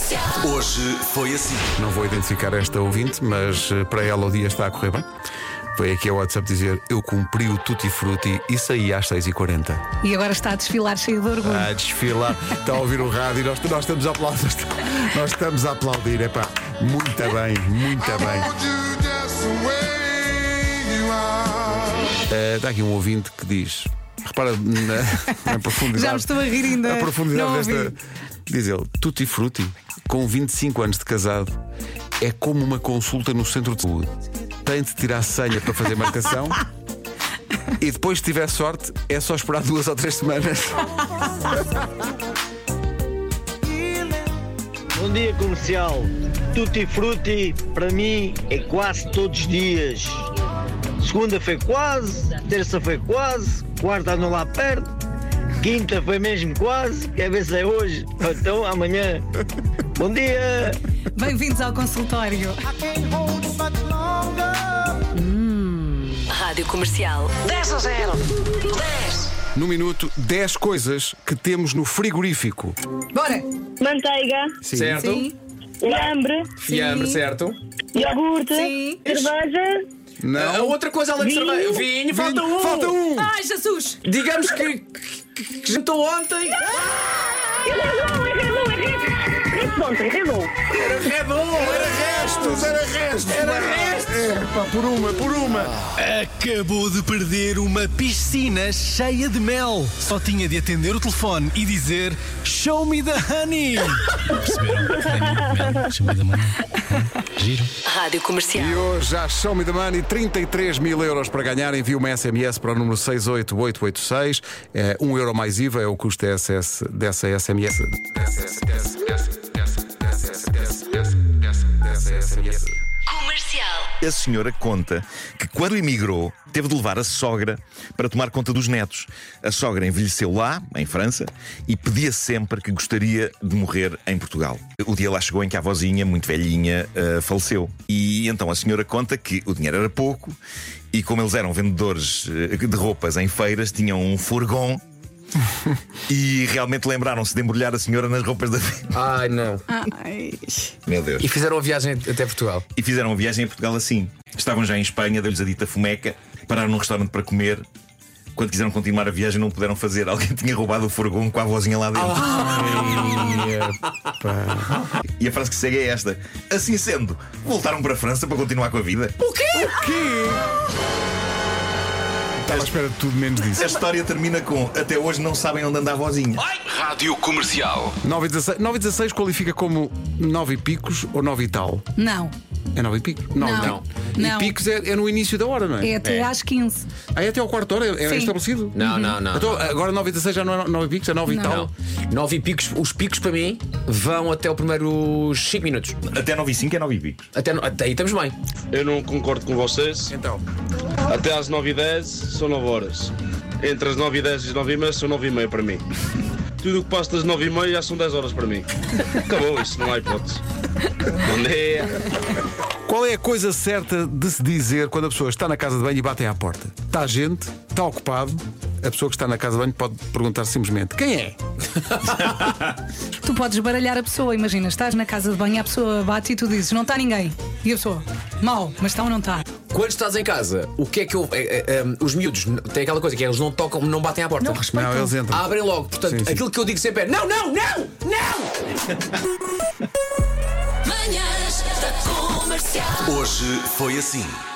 Hoje foi assim. Não vou identificar esta ouvinte, mas para ela o dia está a correr bem. Veio aqui ao WhatsApp dizer: eu cumpri o Tutti Frutti e saí às 6h40. E agora está a desfilar cheio de orgulho. A desfilar, está a ouvir o rádio e nós estamos a aplaudir. Nós estamos a aplaudir, epá. Muito bem, muito bem. Está aqui um ouvinte que diz: repara na profundidade. Já me estou a rir ainda. A profundidade não desta. ouvi. Diz ele: Tutti Frutti, com 25 anos de casado, é como uma consulta no centro de saúde. Tem de tirar senha para fazer marcação. E depois, se tiver sorte, é só esperar 2 ou 3 semanas. Bom dia, comercial. Tutti Frutti para mim é quase todos os dias. Segunda foi quase, terça foi quase, quarta ando lá perto, quinta foi mesmo quase, quer ver se é hoje, então amanhã. Bom dia! Bem-vindos ao consultório. Rádio Comercial 10-0. 10. No minuto, 10 coisas que temos no frigorífico. Bora! Manteiga, Sim. Certo? Sim. fiambre, Fiambre, certo? iogurte, Sim. cerveja, A Não. outra coisa além de cerveja. Vinho, falta um. Falta um! Ai, Jesus! Digamos que jantou ontem. errou. Era Red Bull, era restos, era restos. Era restos. Pá, por uma. Acabou de perder uma piscina cheia de mel. Só tinha de atender o telefone e dizer: Show me the honey. Perceberam? Mel, show me the money. Giro. Rádio Comercial. E hoje já Show Me the Money, 33 mil euros para ganhar. Envie uma SMS para o número 68886. €1 mais IVA é o custo dessa SMS. Comercial. A senhora conta que quando emigrou teve de levar a sogra para tomar conta dos netos. A sogra envelheceu lá, em França, e pedia sempre que gostaria de morrer em Portugal. O dia lá chegou em que a avózinha, muito velhinha, faleceu. E então a senhora conta que o dinheiro era pouco e, como eles eram vendedores de roupas em feiras, tinham um furgão. E realmente lembraram-se de embrulhar a senhora nas roupas da feira. Ai, não. Ai. Meu Deus. E fizeram a viagem até Portugal. E fizeram uma viagem a Portugal assim. Estavam já em Espanha, deu-lhes a dita fomeca, pararam num restaurante para comer. Quando quiseram continuar a viagem, não puderam fazer. Alguém tinha roubado o furgão com a avózinha lá dentro. E a frase que segue é esta: assim sendo, voltaram para a França para continuar com a vida. O quê? Estava à espera de tudo menos disso. A história termina com: até hoje não sabem onde anda a avózinha. Rádio Comercial. 9h16 qualifica como 9 e picos ou 9 e tal? Não. É 9 e picos? Não. E Não. picos é no início da hora, não é? É até às 15. É até ao quarto hora? É Sim. estabelecido? Não. Então, agora 9h16 já não é 9 e picos, é 9 e Não. tal. 9 picos, os picos para mim vão até o primeiros 5 minutos. Até 9 e 5 é 9 e picos. Até aí estamos bem. Eu não concordo com vocês. Então. Até às 9h10 são 9 horas. Entre as 9h10 e as 9h30 são 9h30 para mim. Tudo o que passa das 9h30 já são 10 horas para mim. Acabou, isso não há hipótese. Bom dia. Qual é a coisa certa de se dizer quando a pessoa está na casa de banho e batem à porta? Está gente, está ocupado. A pessoa que está na casa de banho pode perguntar simplesmente: quem é? Tu podes baralhar a pessoa, imagina, estás na casa de banho e a pessoa bate e tu dizes: não está ninguém. E a pessoa: mal, mas está ou não está? Quando estás em casa, o que é que eu. Os miúdos têm aquela coisa que é, eles não tocam, não batem à porta. Não respeitam. Não, eles entram. Abrem logo. Portanto, Sim. aquilo que eu digo sempre é: não! Manhãs da Comercial. Hoje foi assim.